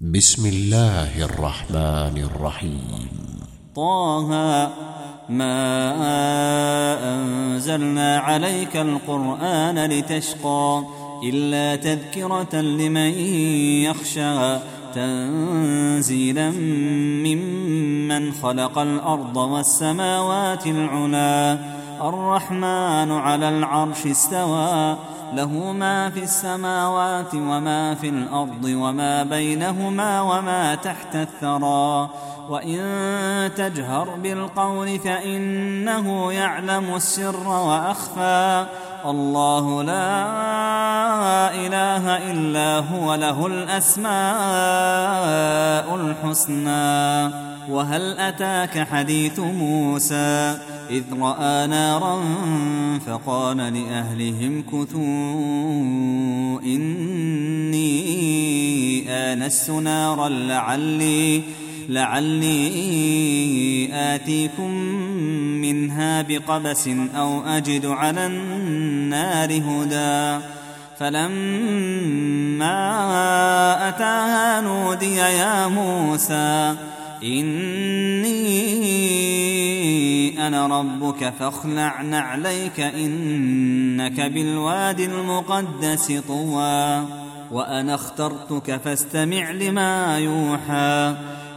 بسم الله الرحمن الرحيم. طه ما أنزلنا عليك القرآن لتشقى إلا تذكرة لمن يخشى تنزيلا ممن خلق الأرض والسماوات العلى الرحمن على العرش استوى له ما في السماوات وما في الأرض وما بينهما وما تحت الثرى وإن تجهر بالقول فإنه يعلم السر وأخفى الله لا إله إلا هو له الأسماء الحسنى. وهل أتاك حديث موسى إذ رأى نارا فقال لأهلهم كثوا إني آنست نارا لعلي آتيكم منها بقبس أو أجد على النار هدى فلما أتاها نودي يا موسى إني أنا ربك فاخلع نعليك إنك بالواد المقدس طوى وأنا اخترتك فاستمع لما يوحى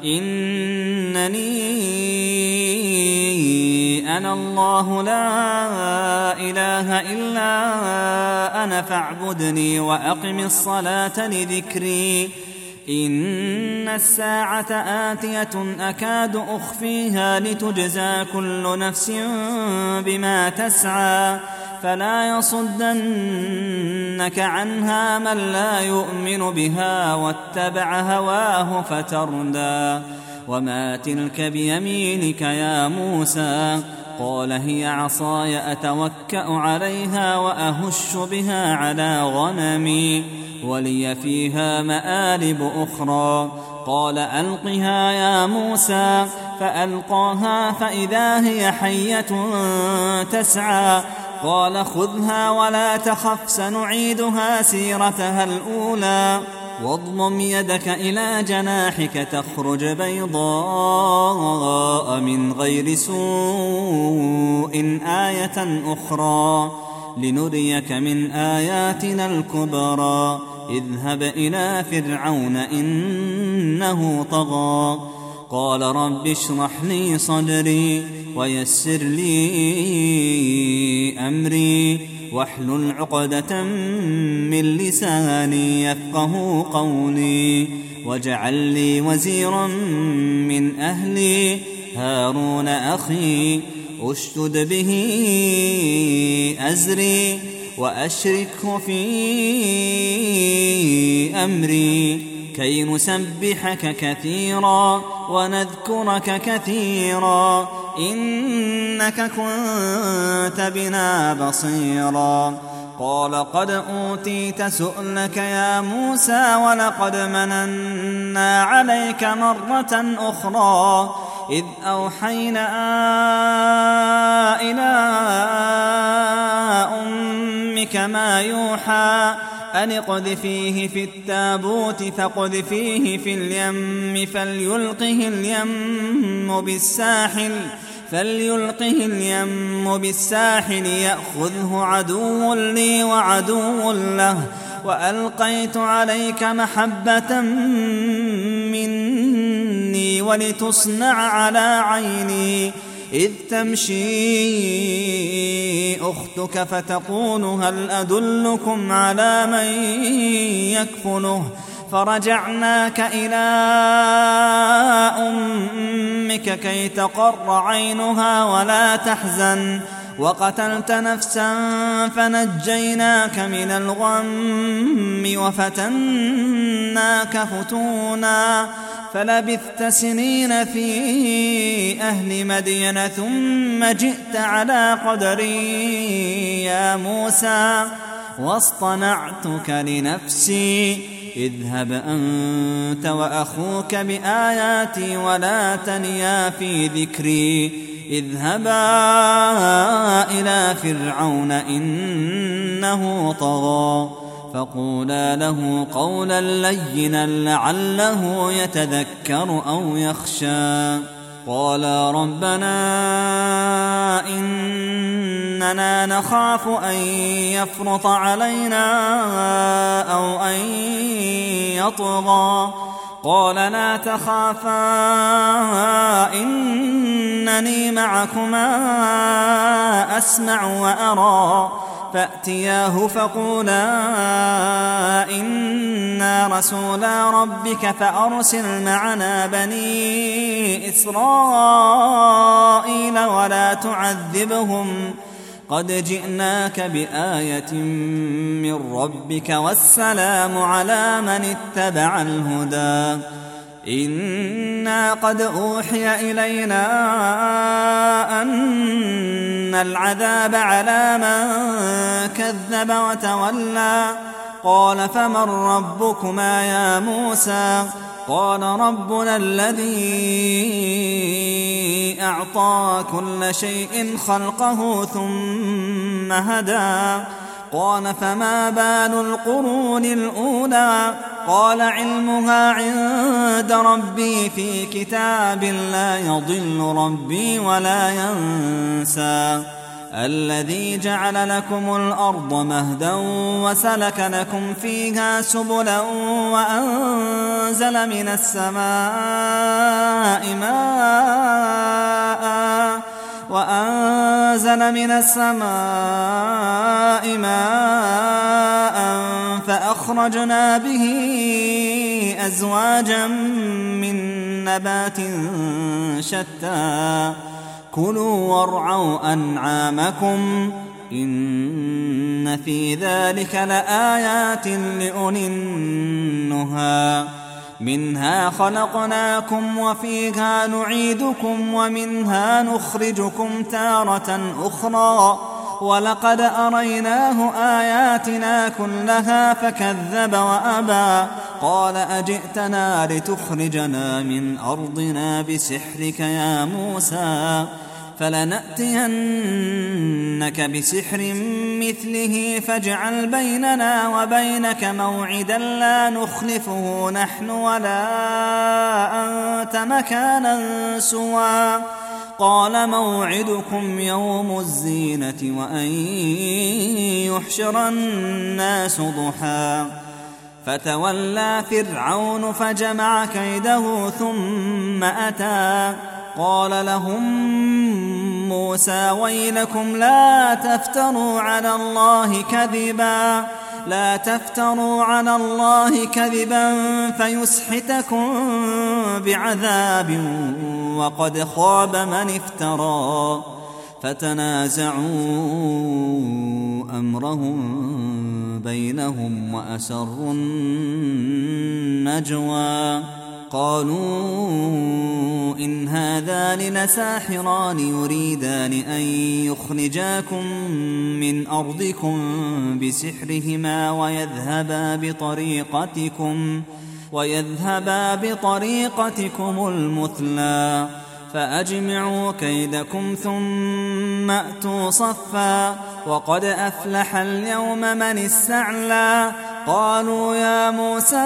إنني أنا الله لا إله إلا أنا فاعبدني وأقم الصلاة لذكري إن الساعة آتية أكاد أخفيها لتجزى كل نفس بما تسعى فلا يصدنك عنها من لا يؤمن بها واتبع هواه فتردى وما تلك بيمينك يا موسى قال هي عصاي أتوكأ عليها وأهش بها على غنمي ولي فيها مآرب أخرى قال ألقها يا موسى فألقاها فإذا هي حية تسعى قال خذها ولا تخف سنعيدها سيرتها الأولى واضمم يدك إلى جناحك تخرج بيضاء من غير سوء آية أخرى لنريك من آياتنا الكبرى اذهب إلى فرعون إنه طغى قال رب اشرح لي صدري ويسر لي أمري واحلل عقدة من لساني يفقه قولي واجعل لي وزيرا من أهلي هارون أخي أشدد به أزري وأشركه في أمري كي نسبحك كثيرا ونذكرك كثيرا إنك كنت بنا بصيرا قال قد أوتيت سؤلك يا موسى ولقد مننا عليك مرة أخرى إذ أوحينا إلى أمك ما يوحى أن اقذفيه في التابوت فاقذفيه في اليم فليلقه اليم بالساحل يأخذه عدو لي وعدو له وألقيت عليك محبة مني ولتصنع على عيني إذ تمشي أختك فتقول هل أدلكم على من يكفله فرجعناك إلى أمك كي تقر عينها ولا تحزن وقتلت نفسا فنجيناك من الغم وفتناك فتونا فلبثت سنين في أهل مدين ثم جئت على قدري يا موسى واصطنعتك لنفسي اذهب أنت وأخوك بآياتي ولا تنيا في ذكري اذهبا إلى فرعون إنه طغى فقولا له قولا لينا لعله يتذكر أو يخشى. قالا ربنا إننا نخاف أن يفرط علينا أو أن يطغى. قال لا تخافا إنني معكما أسمع وأرى. فأتياه فقولا إنا رسولا ربك فأرسل معنا بني إسرائيل ولا تعذبهم قد جئناك بآية من ربك والسلام على من اتبع الهدى. إنا قد أوحي إلينا أن العذاب على من كذب وتولى. قال فمن ربكما يا موسى؟ قال ربنا الذي أعطى كل شيء خلقه ثم هدى. قال فما بال القرون الأولى؟ قال علمها عند ربي في كتاب لا يضل ربي ولا ينسى. الذي جعل لكم الأرض مهدا وسلك لكم فيها سبلا وأنزل من السماء ماء فأخرجنا به أزواجا من نبات شتى. كلوا وارعوا أنعامكم إن في ذلك لآيات لأولي النهى. منها خلقناكم وفيها نعيدكم ومنها نخرجكم تارة أخرى. ولقد أريناه آياتنا كلها فكذب وأبى. قال أجئتنا لتخرجنا من أرضنا بسحرك يا موسى؟ فلنأتينك بسحر مثله فاجعل بيننا وبينك موعدا لا نخلفه نحن ولا أنت مكانا سوى. قال موعدكم يوم الزينة وأن يحشر الناس ضحى. فتولى فرعون فجمع كيده ثم أتى. قال لهم موسى ويلكم لا تفتروا على الله كذبا فيسحتكم بعذاب وقد خاب من افترى. فتنازعوا أمرهم بينهم وأسروا النجوى. قالوا إن هذان لساحران يريدان أن يخرجاكم من أرضكم بسحرهما ويذهبا بطريقتكم المثلى. فأجمعوا كيدكم ثم أتوا صفا وقد أفلح اليوم من استعلى. قالوا يا موسى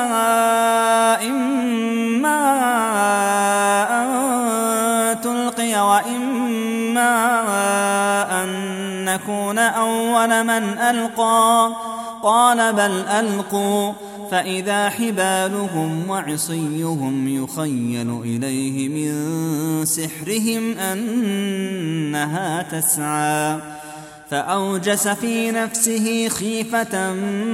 إما أن تلقي وإما أن نكون أول من ألقى. قال بل ألقوا. فإذا حبالهم وعصيهم يخيل إليه من سحرهم أنها تسعى. فأوجس في نفسه خيفة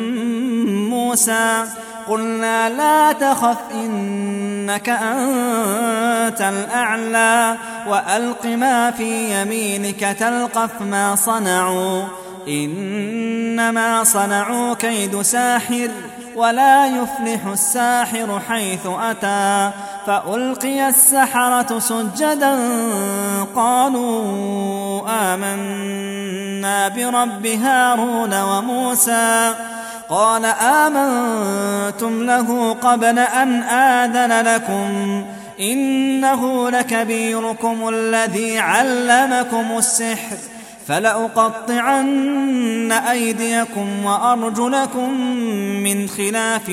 موسى. قلنا لا تخف إنك أنت الأعلى وألق ما في يمينك تلقف ما صنعوا إنما صنعوا كيد ساحر ولا يفلح الساحر حيث أتى. فألقي السحرة سجدا قالوا آمنا برب هارون وموسى. قال آمنتم له قبل أن آذن لكم إنه لكبيركم الذي علمكم السحر فلأقطعن أيديكم وأرجلكم من خلاف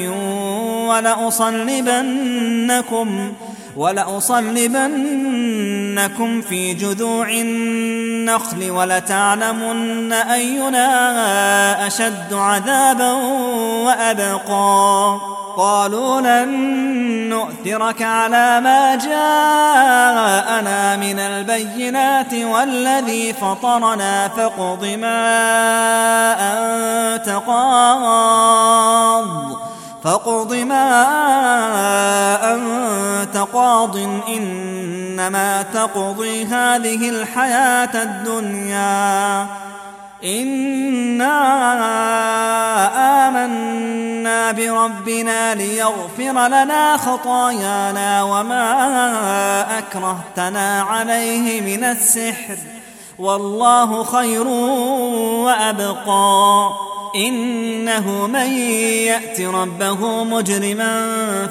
ولأصلبنكم في جذوع النخل ولتعلمن أينا أشد عذابا وأبقى. قالوا لن نؤثرك على ما جاءنا من البينات والذي فطرنا فاقض ما أنت قاض إنما تقضي هذه الحياة الدنيا إنا آمنا بربنا ليغفر لنا خطايانا وما أكرهتنا عليه من السحر والله خير وأبقى. إنه من يأت ربه مجرما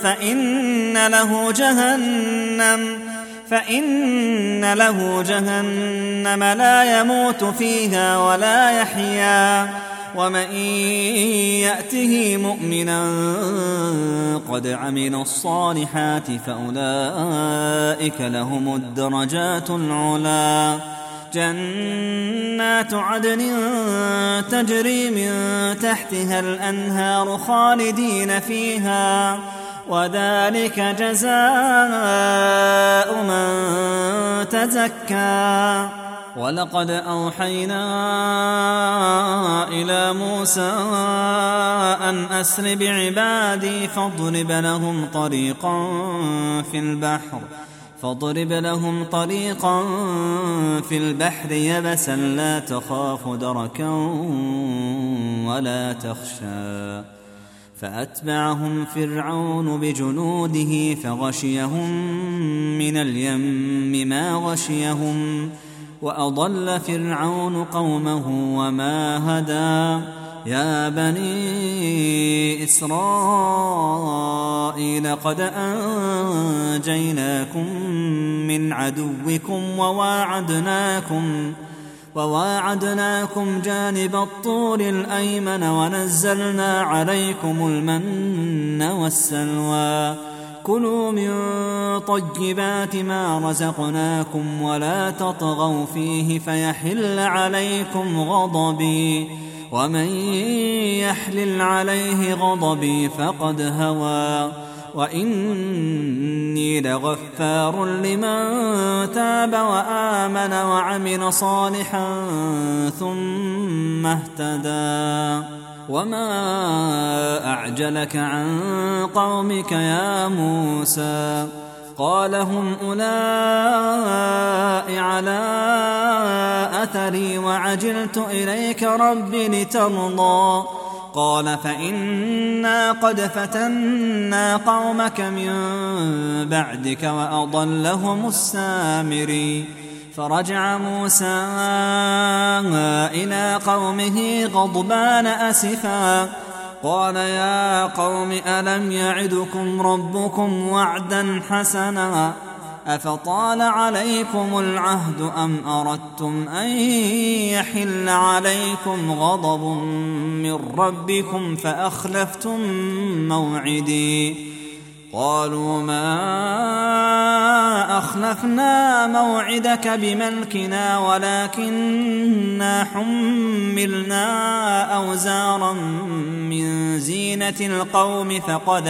فإن له جهنم لا يموت فيها ولا يحيا ومن يأته مؤمنا قد عمل الصالحات فأولئك لهم الدرجات العلى جنات عدن تجري من تحتها الأنهار خالدين فيها وذلك جزاء من تزكى. ولقد أوحينا إلى موسى أن أسر بعبادي فاضرب لهم طريقا في البحر يبسا لا تخاف دركا ولا تخشى. فأتبعهم فرعون بجنوده فغشيهم من اليم ما غشيهم وأضل فرعون قومه وما هدى. يا بني إسرائيل قد أنجيناكم من عدوكم وواعدناكم جانب الطور الأيمن ونزلنا عليكم المن والسلوى. كلوا من طيبات ما رزقناكم ولا تطغوا فيه فيحل عليكم غضبي ومن يحلل عليه غضبي فقد هوى. وإني لغفار لمن تاب وآمن وعمل صالحا ثم اهتدى. وما أعجلك عن قومك يا موسى؟ قال هم أولئك على أثري وعجلت إليك رب لترضى. قال فإنا قد فتنا قومك من بعدك وأضلهم السامري. فرجع موسى إلى قومه غضبان أسفا قال يا قوم ألم يعدكم ربكم وعدا حسنا أفطال عليكم العهد أم أردتم أن يحل عليكم غضب من ربكم فأخلفتم موعدي. قالوا ما أخلفنا موعدك بملكنا ولكننا حملنا أوزارا من زينة القوم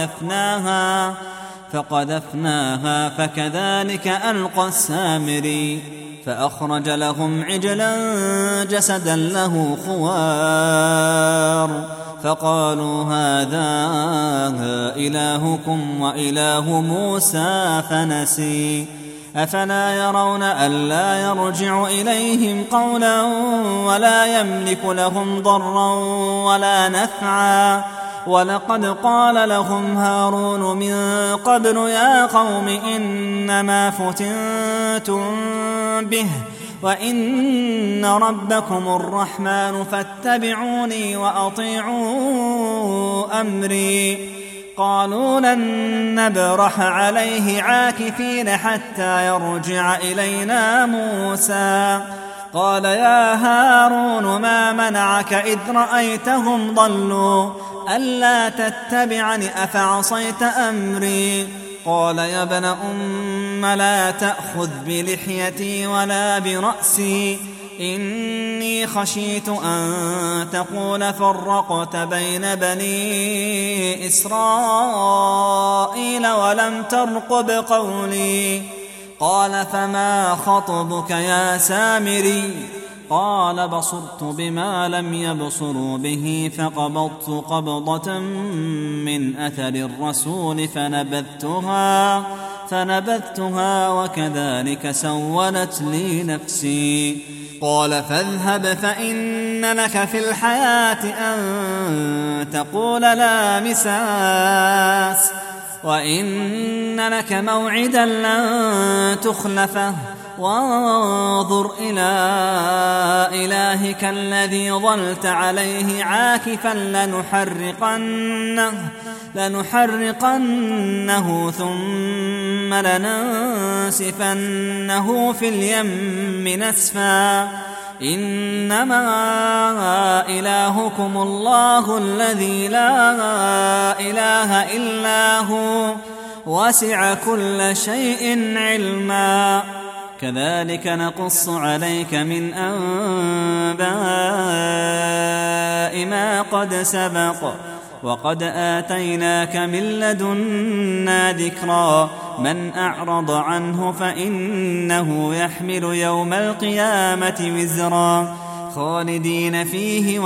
فقذفناها فكذلك ألقى السامري. فأخرج لهم عجلا جسدا له خوار فقالوا هذا إلهكم وإله موسى فنسي. أفلا يرون ألا يرجع إليهم قولا ولا يملك لهم ضرا ولا نفعا. ولقد قال لهم هارون من قبل يا قوم إنما فتنتم به وإن ربكم الرحمن فاتبعوني وأطيعوا أمري. قالوا لن نبرح عليه عاكفين حتى يرجع إلينا موسى. قال يا هارون ما منعك إذ رأيتهم ضلوا ألا تتبعني أفعصيت أمري قال يا ابن أم لا تأخذ بلحيتي ولا برأسي إني خشيت أن تقول فرقت بين بني إسرائيل ولم ترقب قولي قال فما خطبك يا سامري قال بصرت بما لم يبصروا به فقبضت قبضة من أثر الرسول فنبذتها وكذلك سولت لي نفسي قال فاذهب فإن لك في الحياة أن تقول لا مساس وإن لك موعدا لن تخلفه وانظر إلى إلهك الذي ظلت عليه عاكفا لنحرقنه ثم لننسفنه في اليم نسفا إنما إلهكم الله الذي لا إله إلا هو وسع كل شيء علما كذلك نقص عليك من أنباء ما قد سبق وقد آتيناك من لدنا ذكرا من أعرض عنه فإنه يحمل يوم القيامة وزرا خالدين فيه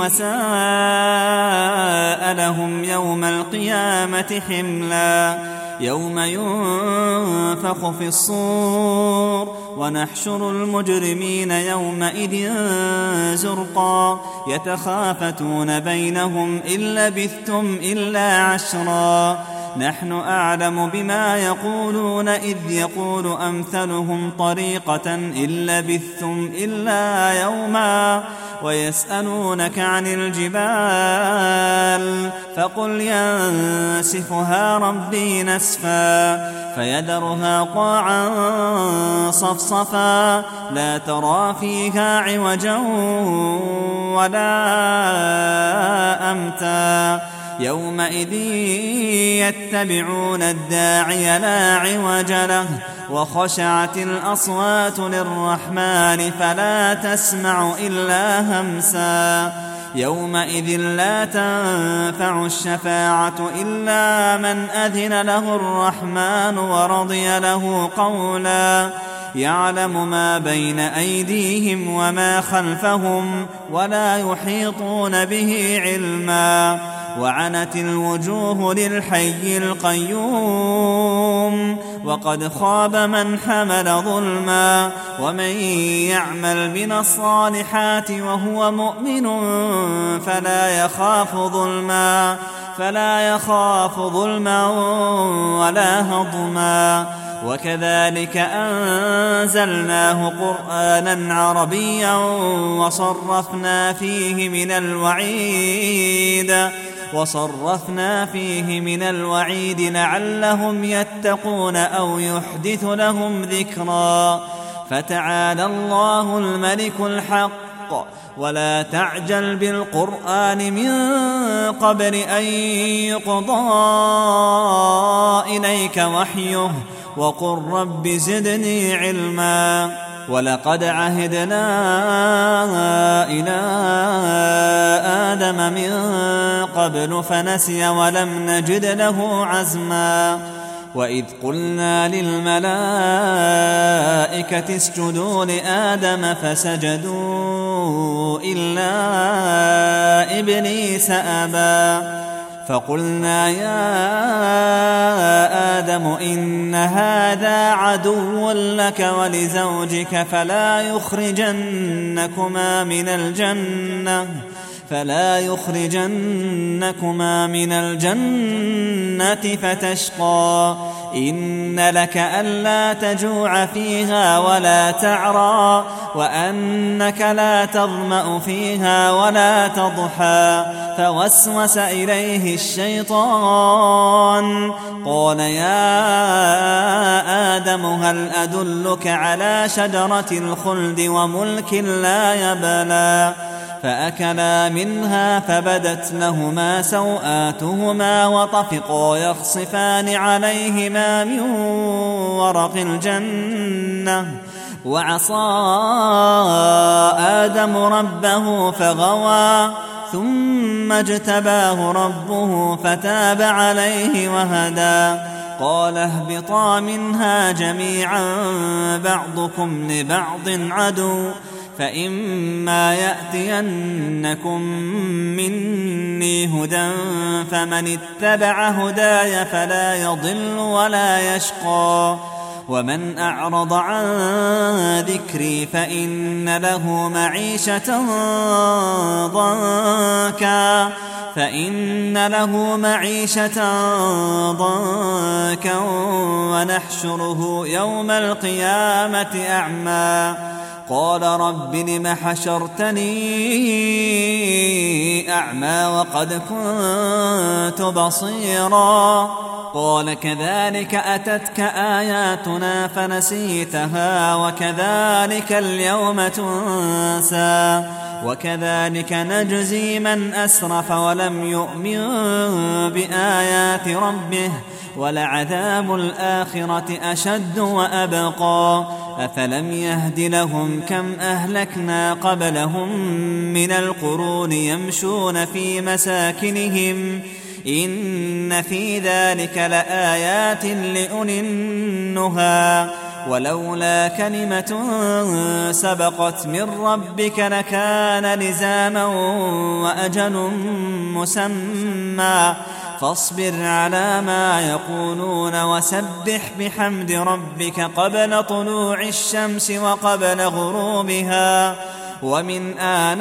وساء لهم يوم القيامة حملا يوم ينفخ في الصور ونحشر المجرمين يومئذ زرقا يتخافتون بينهم إن لبثتم إلا عشرا نحن أعلم بما يقولون إذ يقول أمثلهم طريقة إن لبثتم إلا يوما ويسألونك عن الجبال فقل ينسفها ربي نسفا فيذرها قاعا صفصفا لا ترى فيها عوجا ولا أمتا يومئذ يتبعون الداعي لا عوج له وخشعت الأصوات للرحمن فلا تسمع إلا همسا يومئذ لا تنفع الشفاعة إلا من أذن له الرحمن ورضي له قولا يعلم ما بين أيديهم وما خلفهم ولا يحيطون به علما وعنت الوجوه للحي القيوم وقد خاب من حمل ظلما ومن يعمل من الصالحات وهو مؤمن فلا يخاف ظلما ولا هضما وكذلك أنزلناه قرآنا عربيا وصرفنا فيه من الوعيد لعلهم يتقون أو يحدث لهم ذكرا فتعالى الله الملك الحق ولا تعجل بالقرآن من قبل أن يقضى إليك وحيه وقل رب زدني علما ولقد عهدنا إلى آدم من قبل فنسي ولم نجد له عزما وإذ قلنا للملائكة اسجدوا لآدم فسجدوا إلا إبليس أبى فقلنا يا آدم إن هذا عدو لك ولزوجك فلا يخرجنكما من الجنة فتشقى إن لك ألا تجوع فيها ولا تعرى وأنك لا تظمأ فيها ولا تضحى فوسوس إليه الشيطان قال يا آدم هل أدلك على شجرة الخلد وملك لا يبلى فأكلا منها فبدت لهما سوآتهما وطفقا يخصفان عليهما من ورق الجنة وعصى آدم ربه فغوى ثم اجتباه ربه فتاب عليه وهدى قال اهبطا منها جميعا بعضكم لبعض عدو فإما يأتينكم مني هدى فمن اتبع هداي فلا يضل ولا يشقى ومن أعرض عن ذكري فإن له معيشة ضنكا ونحشره يوم القيامة أعمى قال رب لم حشرتني أعمى وقد كنت بصيرا قال كذلك أتتك آياتنا فنسيتها وكذلك اليوم تنسى وكذلك نجزي من أسرف ولم يؤمن بآيات ربه ولعذاب الآخرة أشد وأبقى أفلم يهد لهم كم أهلكنا قبلهم من القرون يمشون في مساكنهم إن في ذلك لآيات لأولي النهى ولولا كلمة سبقت من ربك لكان لزاما وأجل مسمى فاصبر على ما يقولون وسبح بحمد ربك قبل طلوع الشمس وقبل غروبها ومن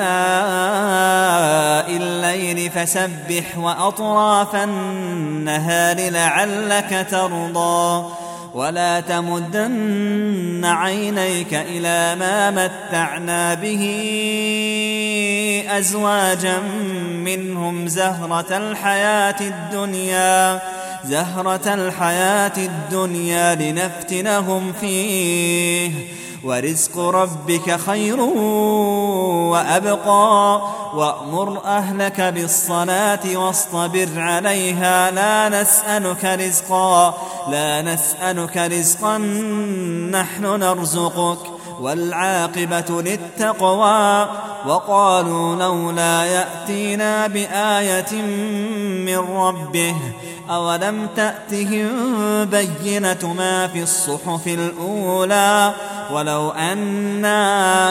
آناء الليل فسبح وأطراف النهار لعلك ترضى ولا تمدن عينيك إلى ما متعنا به أزواجا منهم زهرة الحياة الدنيا لنفتنهم فيه ورزق ربك خير وأبقى وأمر أهلك بالصلاة واصطبر عليها لا نسألك رزقا نحن نرزقك والعاقبة للتقوى وقالوا لولا يأتينا بآية من ربه أولم تأتهم بينة ما في الصحف الأولى ولو أنا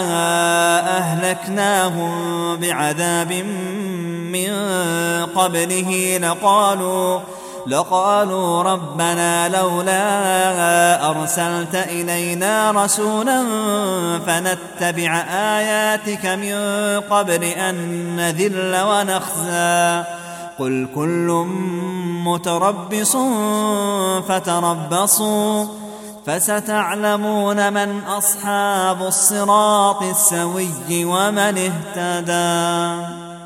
أهلكناهم بعذاب من قبله لقالوا ربنا لولا أرسلت إلينا رسولا فنتبع آياتك من قبل أن نذل ونخزى قل كل متربص فتربصوا فستعلمون من أصحاب الصراط السوي ومن اهتدى.